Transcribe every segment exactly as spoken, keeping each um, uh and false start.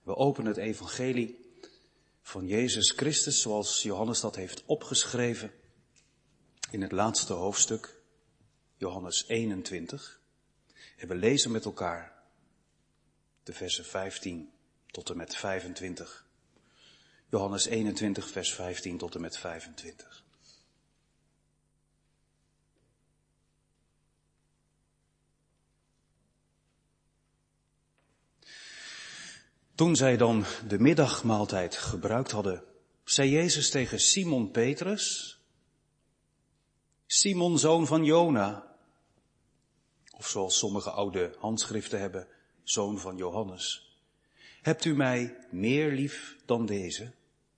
We openen het evangelie van Jezus Christus zoals Johannes dat heeft opgeschreven in het laatste hoofdstuk, Johannes eenentwintig. En we lezen met elkaar de versen vijftien tot en met vijfentwintig. Johannes eenentwintig, vers vijftien tot en met vijfentwintig. Toen zij dan de middagmaaltijd gebruikt hadden, zei Jezus tegen Simon Petrus: Simon, zoon van Jona, of zoals sommige oude handschriften hebben, zoon van Johannes, hebt u mij meer lief dan deze?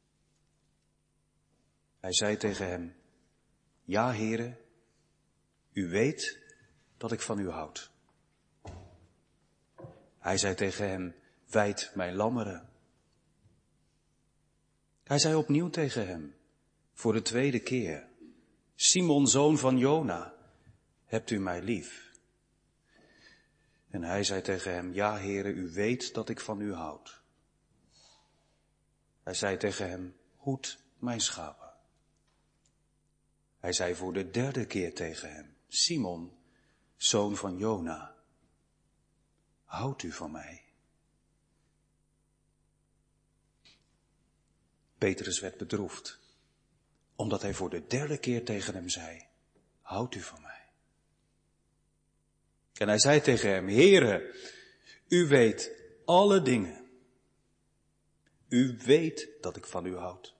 Hij zei tegen hem: Ja, Heere, u weet dat ik van u houd. Hij zei tegen hem: Wijd mijn lammeren. Hij zei opnieuw tegen hem, voor de tweede keer: Simon, zoon van Jona, hebt u mij lief? En hij zei tegen hem: Ja, Heere, u weet dat ik van u houd. Hij zei tegen hem: Hoed mijn schapen. Hij zei voor de derde keer tegen hem: Simon, zoon van Jona, houdt u van mij? Petrus werd bedroefd, omdat hij voor de derde keer tegen hem zei: Houdt u van mij? En hij zei tegen hem: Heere, u weet alle dingen. U weet dat ik van u houd.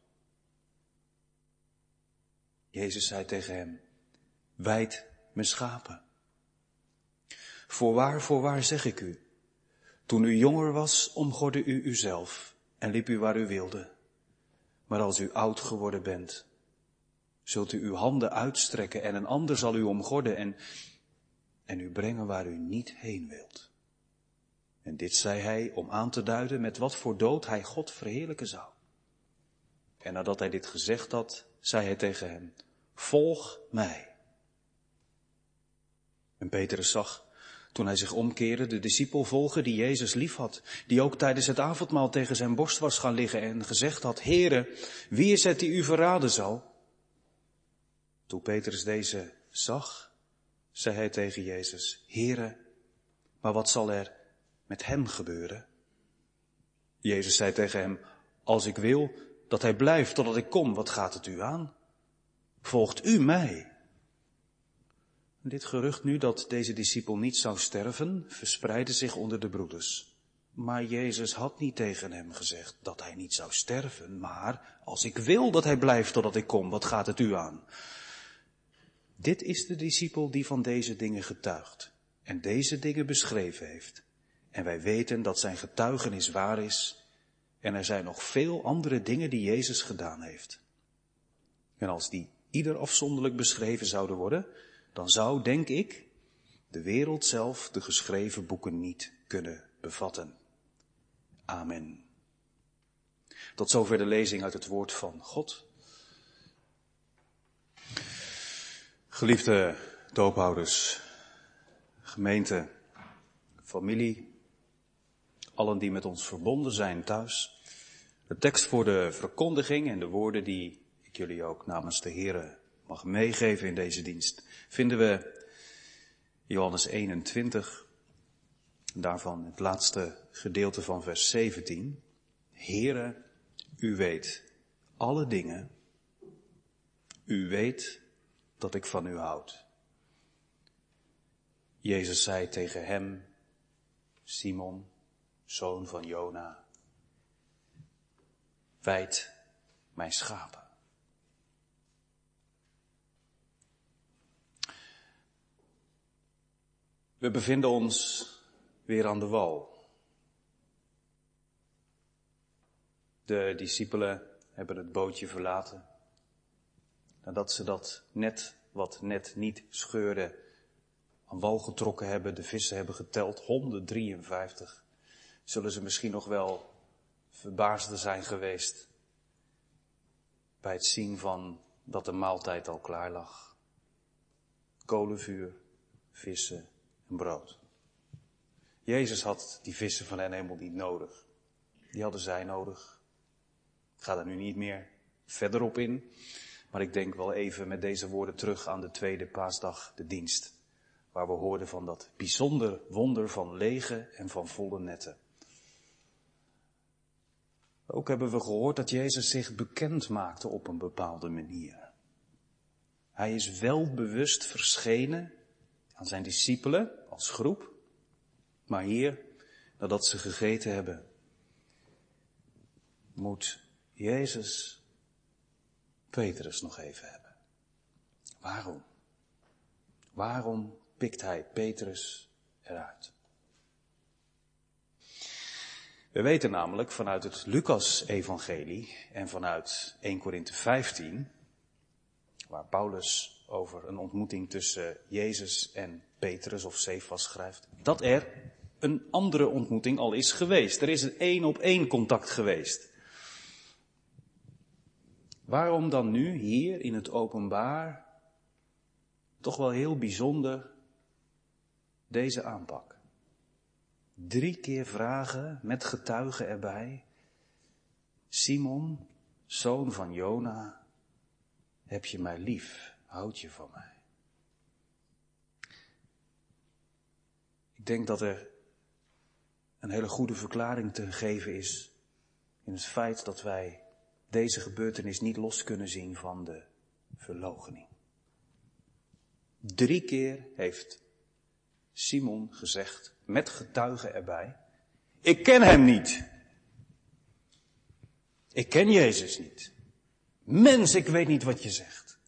Jezus zei tegen hem: Wijd mijn schapen. Voorwaar, voorwaar zeg ik u, toen u jonger was, omgordde u uzelf en liep u waar u wilde. Maar als u oud geworden bent, zult u uw handen uitstrekken en een ander zal u omgorden en, en u brengen waar u niet heen wilt. En dit zei hij om aan te duiden met wat voor dood hij God verheerlijken zou. En nadat hij dit gezegd had, zei hij tegen hem: Volg mij. En Petrus zag, toen hij zich omkeerde, de discipel volgen die Jezus liefhad, die ook tijdens het avondmaal tegen zijn borst was gaan liggen en gezegd had: Heere, wie is het die u verraden zal? Toen Petrus deze zag, zei hij tegen Jezus: Heere, maar wat zal er met hem gebeuren? Jezus zei tegen hem: Als ik wil dat hij blijft totdat ik kom, wat gaat het u aan? Volgt u mij? Dit gerucht nu dat deze discipel niet zou sterven, verspreidde zich onder de broeders. Maar Jezus had niet tegen hem gezegd dat hij niet zou sterven, maar als ik wil dat hij blijft totdat ik kom, wat gaat het u aan? Dit is de discipel die van deze dingen getuigt en deze dingen beschreven heeft. En wij weten dat zijn getuigenis waar is en er zijn nog veel andere dingen die Jezus gedaan heeft. En als die ieder afzonderlijk beschreven zouden worden, dan zou, denk ik, de wereld zelf de geschreven boeken niet kunnen bevatten. Amen. Tot zover de lezing uit het woord van God. Geliefde doophouders, gemeente, familie, allen die met ons verbonden zijn thuis. De tekst voor de verkondiging en de woorden die ik jullie ook namens de Here mag meegeven in deze dienst, vinden we Johannes eenentwintig, daarvan het laatste gedeelte van vers zeventien. Heere, u weet alle dingen, u weet dat ik van u houd. Jezus zei tegen hem: Simon, zoon van Jona, wijd mijn schapen. We bevinden ons weer aan de wal. De discipelen hebben het bootje verlaten. Nadat ze dat net wat net niet scheurde aan wal getrokken hebben, de vissen hebben geteld, honderddrieënvijftig, zullen ze misschien nog wel verbaasd zijn geweest bij het zien van dat de maaltijd al klaar lag. Kolenvuur, vissen en brood. Jezus had die vissen van hen helemaal niet nodig. die hadden zij nodig. Ik ga daar nu niet meer verder op in, maar ik denk wel even met deze woorden terug aan de tweede paasdag, de dienst, waar we hoorden van dat bijzonder wonder van lege en van volle netten. Ook hebben we gehoord dat Jezus zich bekend maakte op een bepaalde manier. Hij is wel bewust verschenen aan zijn discipelen als groep, maar hier, nadat ze gegeten hebben, moet Jezus Petrus nog even hebben. Waarom? Waarom pikt hij Petrus eruit? We weten namelijk vanuit het Lucas-evangelie en vanuit eerste Korinthe vijftien, waar Paulus over een ontmoeting tussen Jezus en Petrus of Cefas schrijft, dat er een andere ontmoeting al is geweest. Er is een één op één contact geweest. Waarom dan nu hier in het openbaar toch wel heel bijzonder deze aanpak? Drie keer vragen met getuigen erbij. Simon, zoon van Jona, heb je mij lief? Houd je van mij? Ik denk dat er een hele goede verklaring te geven is in het feit dat wij deze gebeurtenis niet los kunnen zien van de verloochening. Drie keer heeft Simon gezegd, met getuigen erbij, ik ken hem niet. Ik ken Jezus niet. Mens, ik weet niet wat je zegt.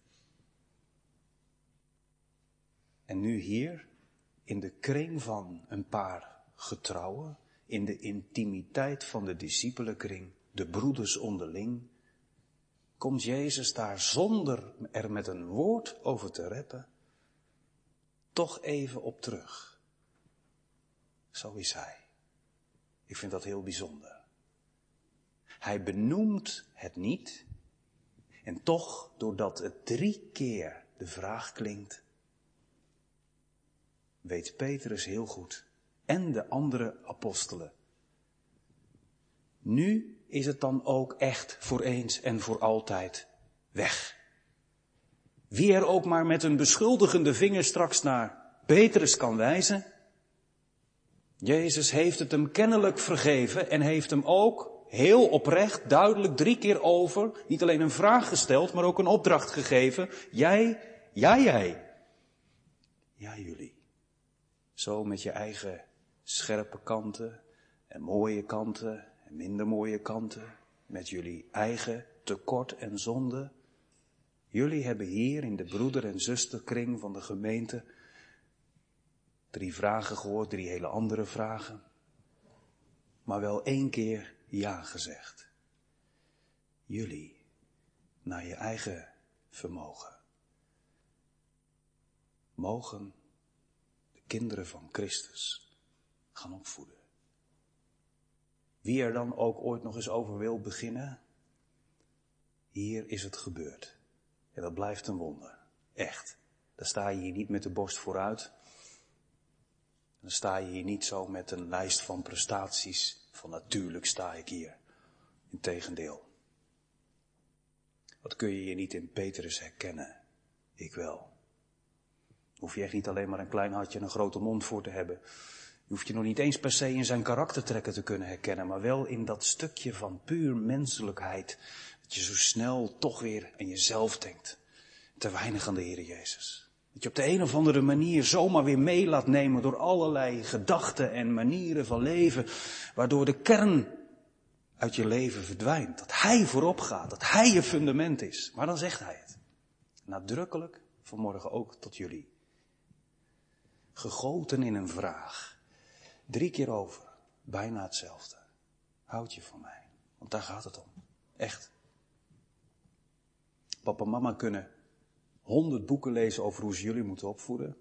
En nu hier, in de kring van een paar getrouwen, in de intimiteit van de discipelenkring, de broeders onderling, komt Jezus daar zonder er met een woord over te reppen, toch even op terug. Zo is hij. Ik vind dat heel bijzonder. Hij benoemt het niet, en toch, doordat het drie keer de vraag klinkt, weet Petrus heel goed, en de andere apostelen, nu is het dan ook echt voor eens en voor altijd weg. Wie er ook maar met een beschuldigende vinger straks naar Petrus kan wijzen, Jezus heeft het hem kennelijk vergeven en heeft hem ook heel oprecht, duidelijk, drie keer over, niet alleen een vraag gesteld, maar ook een opdracht gegeven. Jij, ja jij, ja jullie. Zo met je eigen scherpe kanten en mooie kanten en minder mooie kanten, met jullie eigen tekort en zonde. Jullie hebben hier in de broeder- en zusterkring van de gemeente drie vragen gehoord, drie hele andere vragen. Maar wel één keer ja gezegd. Jullie, naar je eigen vermogen, mogen de kinderen van Christus gaan opvoeden. Wie er dan ook ooit nog eens over wil beginnen, hier is het gebeurd. En dat blijft een wonder. Echt. Dan sta je hier niet met de borst vooruit. Dan sta je hier niet zo met een lijst van prestaties. Van natuurlijk sta ik hier. Integendeel. Wat kun je hier niet in Petrus herkennen? Ik wel. Hoef je echt niet alleen maar een klein hartje en een grote mond voor te hebben. Je hoeft je nog niet eens per se in zijn karaktertrekken te kunnen herkennen. Maar wel in dat stukje van puur menselijkheid. Dat je zo snel toch weer aan jezelf denkt. Te weinig aan de Heer Jezus. Dat je op de een of andere manier zomaar weer mee laat nemen door allerlei gedachten en manieren van leven. Waardoor de kern uit je leven verdwijnt. Dat Hij voorop gaat. Dat Hij je fundament is. Maar dan zegt Hij het. Nadrukkelijk vanmorgen ook tot jullie. Gegoten in een vraag. Drie keer over. Bijna hetzelfde. Houd je van mij. Want daar gaat het om. Echt. Papa en mama kunnen honderd boeken lezen over hoe ze jullie moeten opvoeden.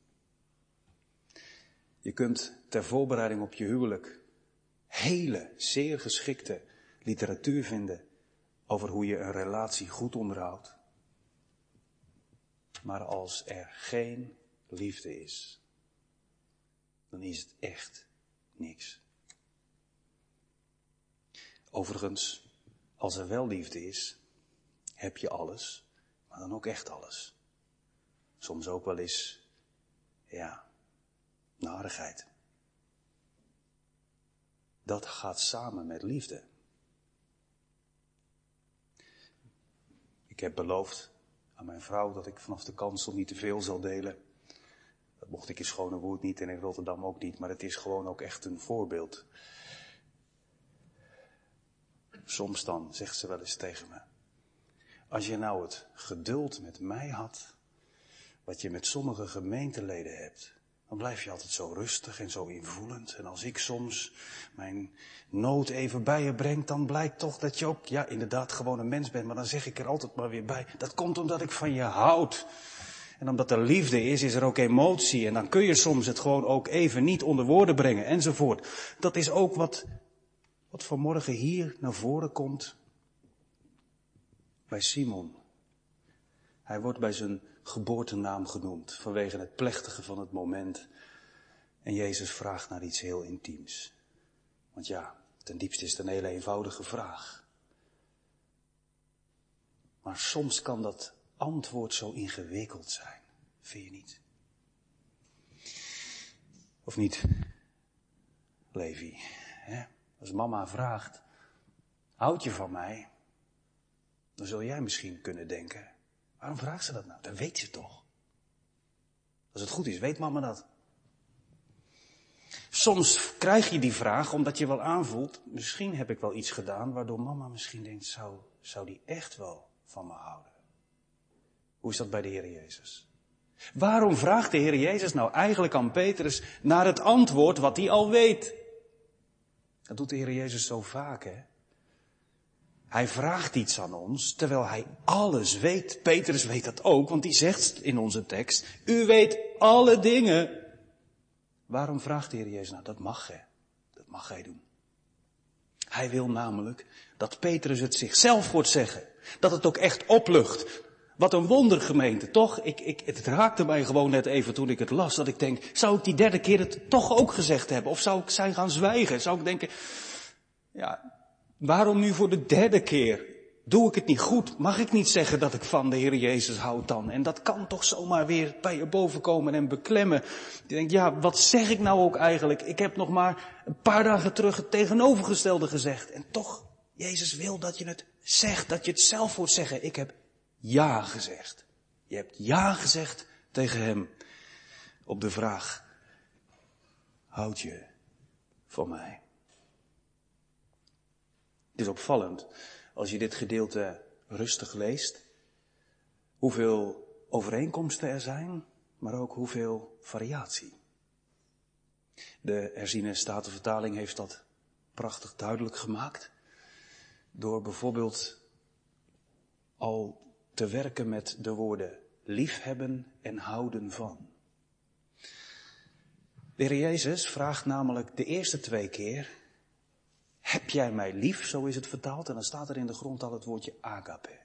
Je kunt ter voorbereiding op je huwelijk hele, zeer geschikte literatuur vinden over hoe je een relatie goed onderhoudt. Maar als er geen liefde is, dan is het echt niks. Overigens, als er wel liefde is, heb je alles, maar dan ook echt alles. Soms ook wel eens, ja, narigheid. Dat gaat samen met liefde. Ik heb beloofd aan mijn vrouw dat ik vanaf de kansel niet te veel zal delen. Dat mocht ik in Schone Woerd niet en in Rotterdam ook niet, maar het is gewoon ook echt een voorbeeld. Soms dan zegt ze wel eens tegen me: als je nou het geduld met mij had, wat je met sommige gemeenteleden hebt, dan blijf je altijd zo rustig en zo invoelend. En als ik soms mijn nood even bij je breng, dan blijkt toch dat je ook, ja, inderdaad gewoon een mens bent. Maar dan zeg ik er altijd maar weer bij, dat komt omdat ik van je houd. En omdat er liefde is, is er ook emotie. En dan kun je soms het gewoon ook even niet onder woorden brengen, enzovoort. Dat is ook wat, wat vanmorgen hier naar voren komt bij Simon. Hij wordt bij zijn geboortenaam genoemd, vanwege het plechtige van het moment. En Jezus vraagt naar iets heel intiems. Want ja, ten diepste is het een hele eenvoudige vraag. Maar soms kan dat antwoord zo ingewikkeld zijn. Vind je niet? Of niet, Levi? Hè? Als mama vraagt, houd je van mij? Dan zul jij misschien kunnen denken, waarom vraagt ze dat nou? Dat weet ze toch. Als het goed is, weet mama dat. Soms krijg je die vraag omdat je wel aanvoelt, misschien heb ik wel iets gedaan waardoor mama misschien denkt, zou, zou die echt wel van me houden? Hoe is dat bij de Heer Jezus? Waarom vraagt de Heer Jezus nou eigenlijk aan Petrus naar het antwoord wat hij al weet? Dat doet de Heer Jezus zo vaak, hè? Hij vraagt iets aan ons, terwijl hij alles weet. Petrus weet dat ook, want die zegt in onze tekst, u weet alle dingen. Waarom vraagt de Heer Jezus nou? Dat mag, hè? Dat mag hij doen. Hij wil namelijk dat Petrus het zichzelf hoort zeggen. Dat het ook echt oplucht. Wat een wonder, gemeente, toch? Ik, ik, het raakte mij gewoon net even toen ik het las, dat ik denk, zou ik die derde keer het toch ook gezegd hebben? Of zou ik zijn gaan zwijgen? Zou ik denken, ja, waarom nu voor de derde keer? Doe ik het niet goed? Mag ik niet zeggen dat ik van de Heer Jezus houd dan? En dat kan toch zomaar weer bij je boven komen en beklemmen. Je denkt, ja, wat zeg ik nou ook eigenlijk? Ik heb nog maar een paar dagen terug het tegenovergestelde gezegd. En toch, Jezus wil dat je het zegt, dat je het zelf hoort zeggen. Ik heb ja gezegd. Je hebt ja gezegd tegen hem op de vraag, houd je van mij? Het is opvallend, als je dit gedeelte rustig leest, hoeveel overeenkomsten er zijn, maar ook hoeveel variatie. De herziene Statenvertaling heeft dat prachtig duidelijk gemaakt, door bijvoorbeeld al te werken met de woorden liefhebben en houden van. De Heer Jezus vraagt namelijk de eerste twee keer, heb jij mij lief, zo is het vertaald, en dan staat er in de grond al het woordje agape.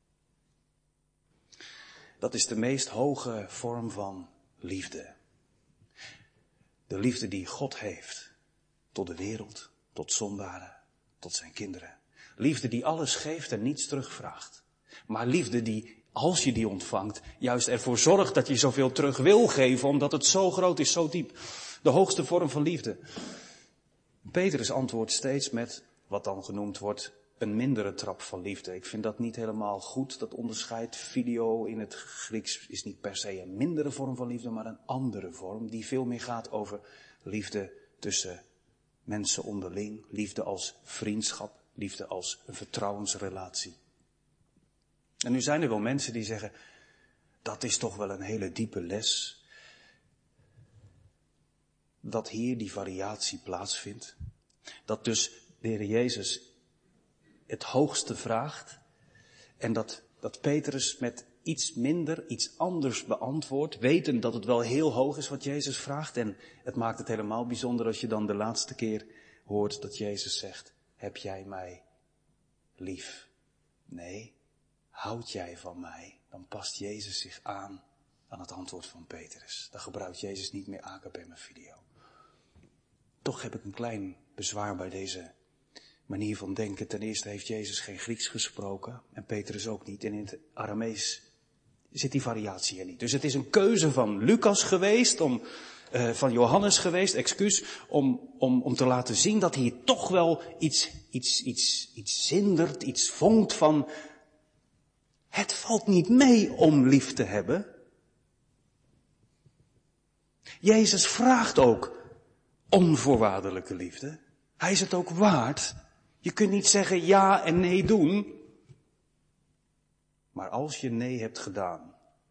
Dat is de meest hoge vorm van liefde. De liefde die God heeft tot de wereld, tot zondaren, tot zijn kinderen. Liefde die alles geeft en niets terugvraagt. Maar liefde die, als je die ontvangt, juist ervoor zorgt dat je zoveel terug wil geven, omdat het zo groot is, zo diep. De hoogste vorm van liefde. Petrus antwoordt steeds met wat dan genoemd wordt een mindere trap van liefde. Ik vind dat niet helemaal goed, dat onderscheid. Filio in het Grieks is niet per se een mindere vorm van liefde, maar een andere vorm die veel meer gaat over liefde tussen mensen onderling. Liefde als vriendschap, liefde als een vertrouwensrelatie. En nu zijn er wel mensen die zeggen, dat is toch wel een hele diepe les, dat hier die variatie plaatsvindt. Dat dus de Heer Jezus het hoogste vraagt en dat, dat Petrus met iets minder, iets anders beantwoordt, weten dat het wel heel hoog is wat Jezus vraagt. En het maakt het helemaal bijzonder als je dan de laatste keer hoort dat Jezus zegt, heb jij mij lief? Nee, houd jij van mij? Dan past Jezus zich aan aan het antwoord van Petrus. Dan gebruikt Jezus niet meer agape maar filio. Toch heb ik een klein bezwaar bij deze manier van denken. Ten eerste heeft Jezus geen Grieks gesproken en Petrus ook niet. En in het Aramees zit die variatie er niet. Dus het is een keuze van Lucas geweest, om, uh, van Johannes geweest, excuus, om, om, om te laten zien dat hier toch wel iets, iets, iets, iets zindert, iets vonkt van, het valt niet mee om lief te hebben. Jezus vraagt ook onvoorwaardelijke liefde. Hij is het ook waard. Je kunt niet zeggen ja en nee doen. Maar als je nee hebt gedaan,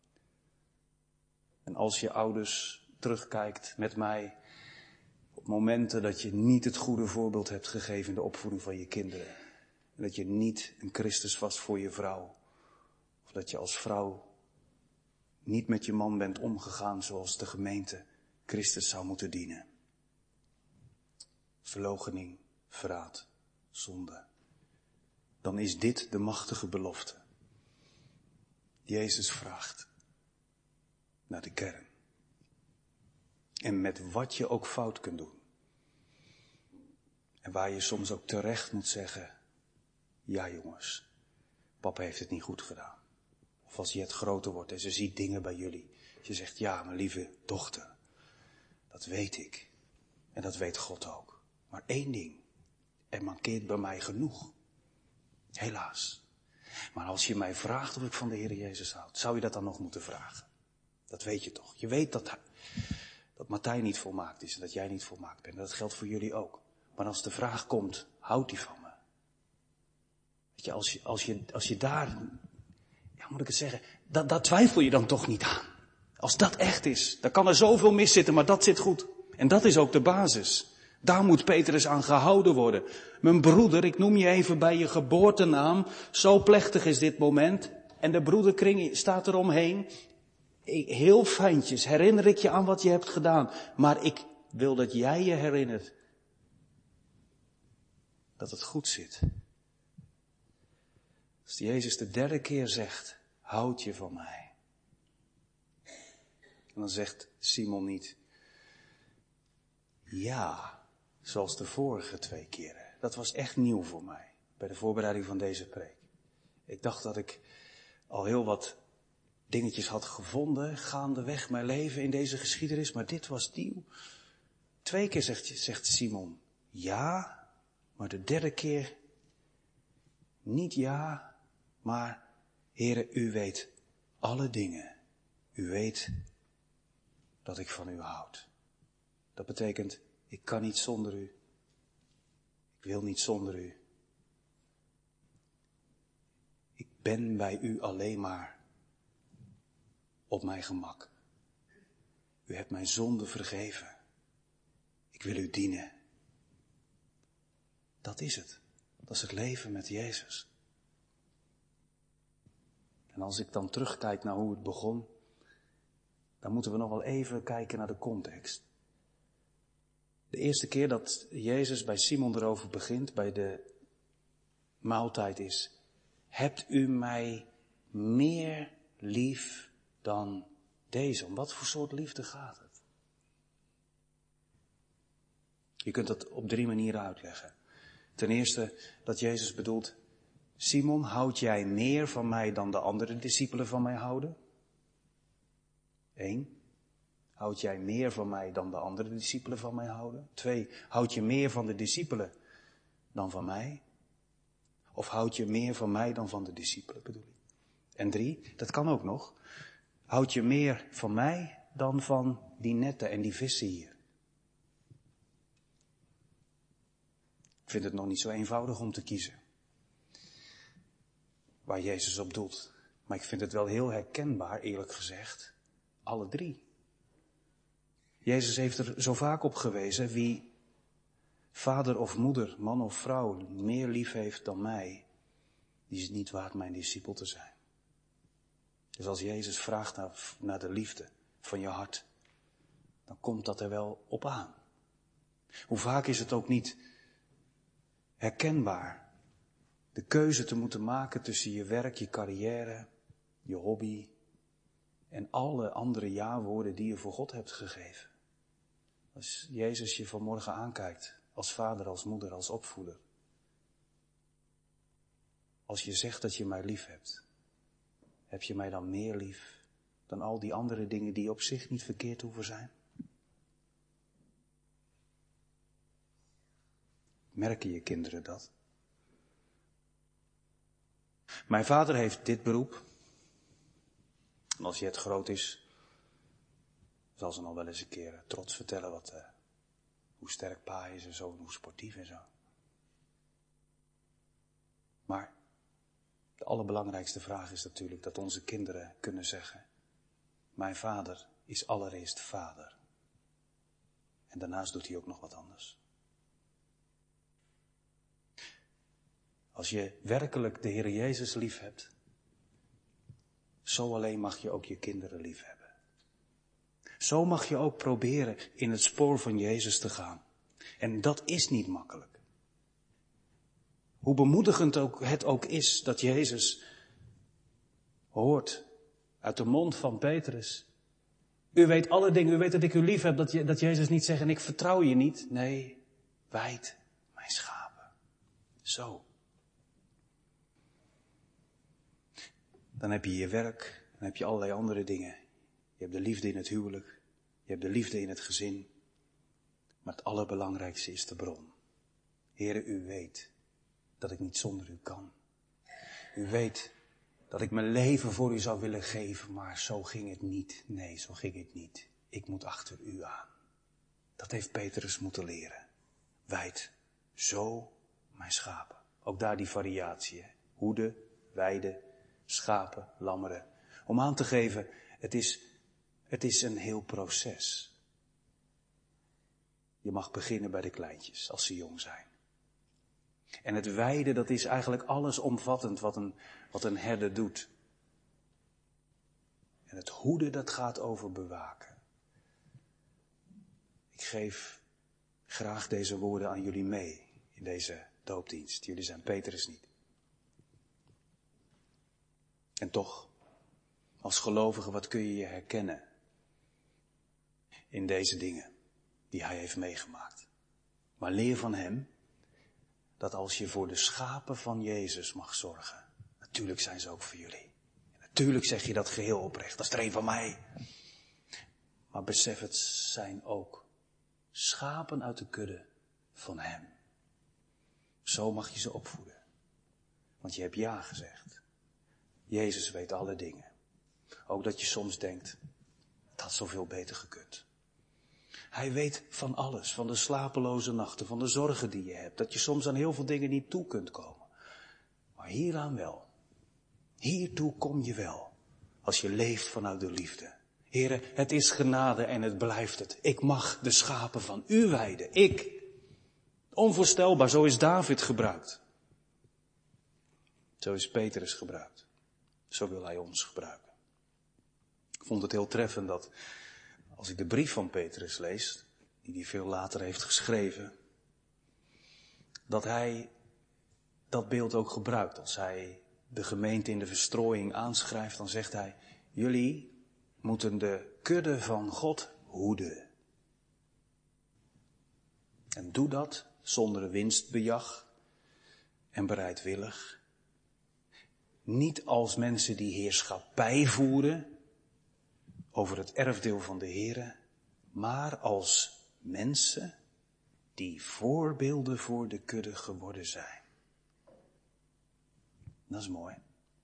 en als je ouders terugkijkt met mij op momenten dat je niet het goede voorbeeld hebt gegeven in de opvoeding van je kinderen, en dat je niet een Christus was voor je vrouw, of dat je als vrouw niet met je man bent omgegaan zoals de gemeente Christus zou moeten dienen. Verloochening, verraad, zonde. Dan is dit de machtige belofte. Jezus vraagt naar de kern. En met wat je ook fout kunt doen. En waar je soms ook terecht moet zeggen, ja jongens, papa heeft het niet goed gedaan. Of als je het groter wordt en ze ziet dingen bij jullie. Je zegt, ja mijn lieve dochter, dat weet ik. En dat weet God ook. Maar één ding, er mankeert bij mij genoeg. Helaas. Maar als je mij vraagt of ik van de Heer Jezus houd, zou je dat dan nog moeten vragen? Dat weet je toch. Je weet dat, dat Martijn niet volmaakt is en dat jij niet volmaakt bent. En dat geldt voor jullie ook. Maar als de vraag komt, houdt hij van me? Weet je, als je, als je, als je daar, ja moet ik het zeggen, dat, daar twijfel je dan toch niet aan. Als dat echt is, dan kan er zoveel mis zitten, maar dat zit goed. En dat is ook de basis. Daar moet Petrus aan gehouden worden. Mijn broeder, ik noem je even bij je geboortenaam. Zo plechtig is dit moment. En de broederkring staat eromheen. Heel fijntjes herinner ik je aan wat je hebt gedaan. Maar ik wil dat jij je herinnert dat het goed zit. Als Jezus de derde keer zegt, houd je van mij. En dan zegt Simon niet, ja, zoals de vorige twee keren. Dat was echt nieuw voor mij, bij de voorbereiding van deze preek. Ik dacht dat ik al heel wat dingetjes had gevonden, gaandeweg mijn leven in deze geschiedenis, maar dit was nieuw. Twee keer zegt, zegt Simon, ja, maar de derde keer niet ja, maar Heere, u weet alle dingen. U weet dat ik van u houd. Dat betekent, ik kan niet zonder u. Ik wil niet zonder u. Ik ben bij u alleen maar op mijn gemak. U hebt mijn zonde vergeven. Ik wil u dienen. Dat is het. Dat is het leven met Jezus. En als ik dan terugkijk naar hoe het begon, dan moeten we nog wel even kijken naar de context. De eerste keer dat Jezus bij Simon erover begint, bij de maaltijd is, hebt u mij meer lief dan deze? Om wat voor soort liefde gaat het? Je kunt dat op drie manieren uitleggen. Ten eerste dat Jezus bedoelt, Simon, houd jij meer van mij dan de andere discipelen van mij houden? Eén. Houd jij meer van mij dan de andere discipelen van mij houden? Twee. Houd je meer van de discipelen dan van mij? Of houd je meer van mij dan van de discipelen, bedoel ik? En drie, dat kan ook nog. Houd je meer van mij dan van die netten en die vissen hier? Ik vind het nog niet zo eenvoudig om te kiezen waar Jezus op doelt. Maar ik vind het wel heel herkenbaar, eerlijk gezegd, alle drie. Jezus heeft er zo vaak op gewezen, wie vader of moeder, man of vrouw meer lief heeft dan mij, die is het niet waard mijn discipel te zijn. Dus als Jezus vraagt naar, naar de liefde van je hart, dan komt dat er wel op aan. Hoe vaak is het ook niet herkenbaar de keuze te moeten maken tussen je werk, je carrière, je hobby en alle andere ja-woorden die je voor God hebt gegeven. Als Jezus je vanmorgen aankijkt, als vader, als moeder, als opvoeder, als je zegt dat je mij lief hebt, heb je mij dan meer lief dan al die andere dingen die op zich niet verkeerd hoeven zijn? Merken je kinderen dat? Mijn vader heeft dit beroep. En als je het groot is, zal ze nog wel eens een keer trots vertellen wat, uh, hoe sterk pa is en zo, en hoe sportief en zo. Maar de allerbelangrijkste vraag is natuurlijk dat onze kinderen kunnen zeggen: mijn vader is allereerst vader. En daarnaast doet hij ook nog wat anders. Als je werkelijk de Heer Jezus lief hebt, zo alleen mag je ook je kinderen lief hebben. Zo mag je ook proberen in het spoor van Jezus te gaan. En dat is niet makkelijk. Hoe bemoedigend ook het ook is dat Jezus hoort uit de mond van Petrus: u weet alle dingen, u weet dat ik u lief heb, dat, je, dat Jezus niet zegt en ik vertrouw je niet. Nee, wijd mijn schapen. Zo. Dan heb je je werk, dan heb je allerlei andere dingen. Je hebt de liefde in het huwelijk, je hebt de liefde in het gezin. Maar het allerbelangrijkste is de bron. Heere, u weet dat ik niet zonder u kan. U weet dat ik mijn leven voor u zou willen geven, maar zo ging het niet. Nee, zo ging het niet. Ik moet achter u aan. Dat heeft Petrus moeten leren. Wijd zo mijn schapen. Ook daar die variatie. Hè? Hoeden, weiden, schapen, lammeren. Om aan te geven, het is, het is een heel proces. Je mag beginnen bij de kleintjes, als ze jong zijn. En het weiden, dat is eigenlijk allesomvattend wat een, wat een herder doet. En het hoeden, dat gaat over bewaken. Ik geef graag deze woorden aan jullie mee in deze doopdienst. Jullie zijn Petrus niet. En toch, als gelovige, wat kun je je herkennen in deze dingen die hij heeft meegemaakt? Maar leer van hem dat als je voor de schapen van Jezus mag zorgen, natuurlijk zijn ze ook voor jullie. En natuurlijk zeg je dat geheel oprecht, dat is er een van mij. Maar besef, het zijn ook schapen uit de kudde van hem. Zo mag je ze opvoeden. Want je hebt ja gezegd. Jezus weet alle dingen. Ook dat je soms denkt, het had zoveel beter gekund. Hij weet van alles, van de slapeloze nachten, van de zorgen die je hebt. Dat je soms aan heel veel dingen niet toe kunt komen. Maar hieraan wel. Hiertoe kom je wel. Als je leeft vanuit de liefde. Here, het is genade en het blijft het. Ik mag de schapen van u weiden. Ik. Onvoorstelbaar, zo is David gebruikt. Zo is Petrus gebruikt. Zo wil hij ons gebruiken. Ik vond het heel treffend dat, als ik de brief van Petrus lees, die hij veel later heeft geschreven, dat hij dat beeld ook gebruikt. Als hij de gemeente in de verstrooiing aanschrijft, dan zegt hij: jullie moeten de kudde van God hoeden. En doe dat zonder winstbejag en bereidwillig. Niet als mensen die heerschappij voeren over het erfdeel van de Here, maar als mensen die voorbeelden voor de kudde geworden zijn. Dat is mooi.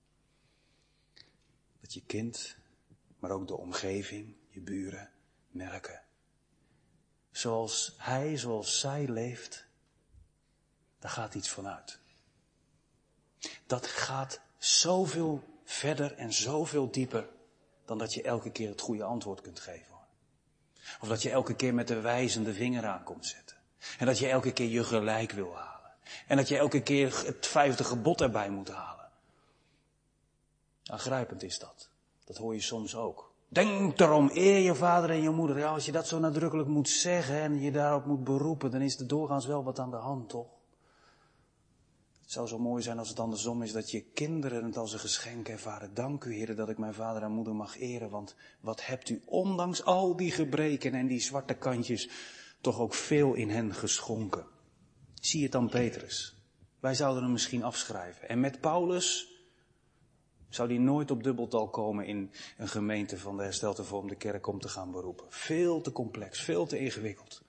Dat je kind, maar ook de omgeving, je buren, merken. Zoals hij, zoals zij leeft, daar gaat iets van uit. Dat gaat zoveel verder en zoveel dieper dan dat je elke keer het goede antwoord kunt geven. Hoor. Of dat je elke keer met de wijzende vinger aan komt zetten. En dat je elke keer je gelijk wil halen. En dat je elke keer het vijfde gebod erbij moet halen. Aangrijpend is dat. Dat hoor je soms ook. Denk erom, eer je vader en je moeder. Ja, als je dat zo nadrukkelijk moet zeggen en je daarop moet beroepen, dan is er doorgaans wel wat aan de hand, toch? Het zou zo mooi zijn als het andersom is, dat je kinderen het als een geschenk ervaren. Dank u, Heer, dat ik mijn vader en moeder mag eren, want wat hebt u ondanks al die gebreken en die zwarte kantjes toch ook veel in hen geschonken. Zie het dan Petrus. Wij zouden hem misschien afschrijven. En met Paulus zou die nooit op dubbeltal komen in een gemeente van de Hersteld Hervormde Kerk om te gaan beroepen. Veel te complex, veel te ingewikkeld.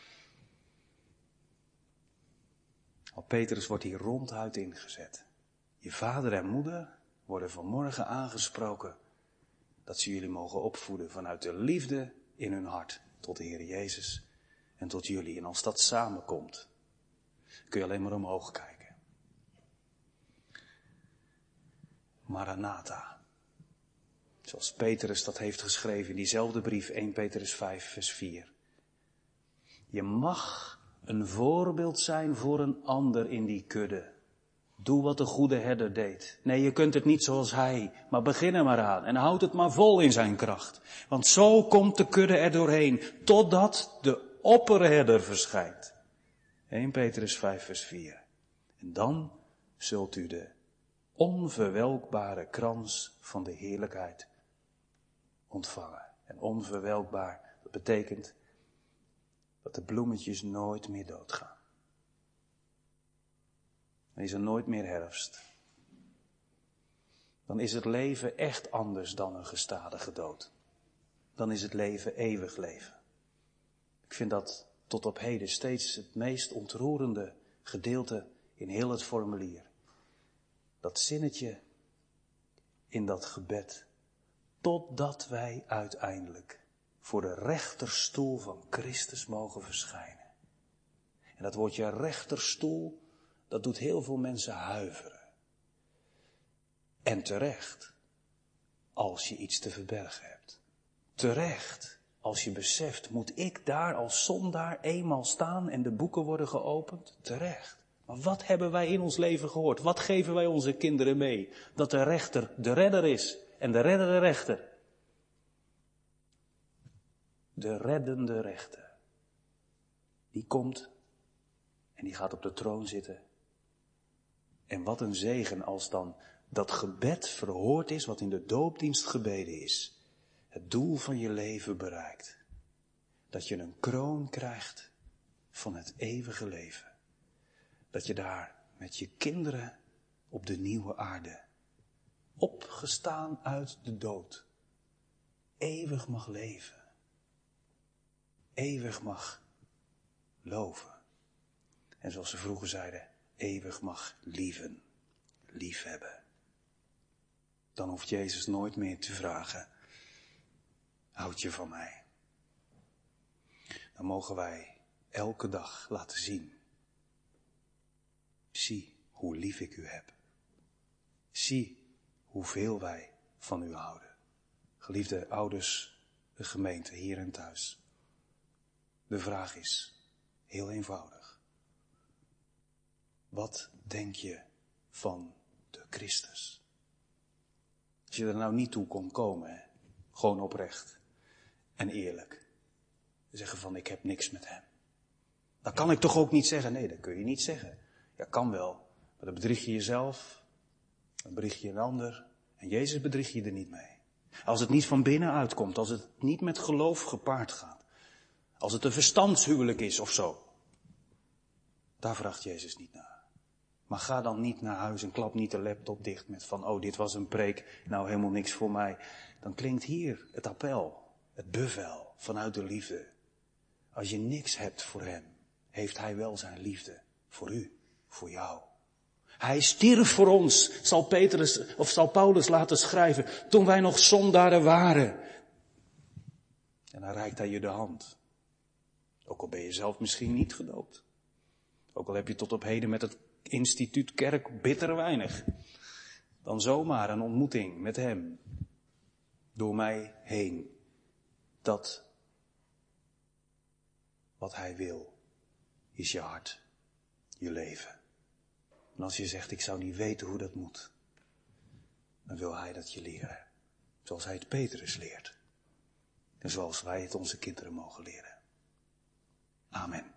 Al Petrus wordt hier ronduit ingezet. Je vader en moeder worden vanmorgen aangesproken dat ze jullie mogen opvoeden vanuit de liefde in hun hart tot de Heer Jezus en tot jullie. En als dat samenkomt, kun je alleen maar omhoog kijken. Maranatha. Zoals Petrus dat heeft geschreven in diezelfde brief, eerste Petrus vijf, vers vier. Je mag een voorbeeld zijn voor een ander in die kudde. Doe wat de goede herder deed. Nee, je kunt het niet zoals hij, maar begin er maar aan en houd het maar vol in zijn kracht. Want zo komt de kudde er doorheen, totdat de opperherder verschijnt. eerste Petrus vijf, vers vier. En dan zult u de onverwelkbare krans van de heerlijkheid ontvangen. En onverwelkbaar, dat betekent dat de bloemetjes nooit meer doodgaan. Dan is er nooit meer herfst. Dan is het leven echt anders dan een gestadige dood. Dan is het leven eeuwig leven. Ik vind dat tot op heden steeds het meest ontroerende gedeelte in heel het formulier. Dat zinnetje in dat gebed. Totdat wij uiteindelijk voor de rechterstoel van Christus mogen verschijnen. En dat woordje rechterstoel, dat doet heel veel mensen huiveren. En terecht, als je iets te verbergen hebt. Terecht, als je beseft, moet ik daar als zondaar eenmaal staan en de boeken worden geopend? Terecht. Maar wat hebben wij in ons leven gehoord? Wat geven wij onze kinderen mee? Dat de rechter de redder is en de redder de rechter. De reddende rechter. Die komt en die gaat op de troon zitten. En wat een zegen als dan dat gebed verhoord is wat in de doopdienst gebeden is. Het doel van je leven bereikt. Dat je een kroon krijgt van het eeuwige leven. Dat je daar met je kinderen op de nieuwe aarde, opgestaan uit de dood, eeuwig mag leven. Eeuwig mag loven. En zoals ze vroeger zeiden, eeuwig mag lieven, liefhebben. Dan hoeft Jezus nooit meer te vragen, houd je van mij? Dan mogen wij elke dag laten zien. Zie hoe lief ik u heb. Zie hoeveel wij van u houden. Geliefde ouders, de gemeente hier en thuis. De vraag is heel eenvoudig. Wat denk je van de Christus? Als je er nou niet toe kon komen, hè? Gewoon oprecht en eerlijk. Zeggen van ik heb niks met hem. Dan kan ik toch ook niet zeggen, nee dat kun je niet zeggen. Ja, kan wel, maar dan bedrieg je jezelf, dan bedrieg je een ander en Jezus bedrieg je er niet mee. Als het niet van binnen uitkomt, als het niet met geloof gepaard gaat, als het een verstandshuwelijk is of zo, daar vraagt Jezus niet naar. Maar ga dan niet naar huis en klap niet de laptop dicht met van, oh dit was een preek, nou helemaal niks voor mij. Dan klinkt hier het appel, het bevel vanuit de liefde. Als je niks hebt voor hem, heeft hij wel zijn liefde voor u. Voor jou. Hij stierf voor ons, zal Petrus of zal Paulus laten schrijven, toen wij nog zondaren waren. En dan reikt hij je de hand. Ook al ben je zelf misschien niet gedoopt. Ook al heb je tot op heden met het instituut kerk bitter weinig. Dan zomaar een ontmoeting met hem. Door mij heen. Dat wat hij wil is je hart, je leven. En als je zegt, ik zou niet weten hoe dat moet, dan wil hij dat je leren. Zoals hij het Petrus leert. En zoals wij het onze kinderen mogen leren. Amen.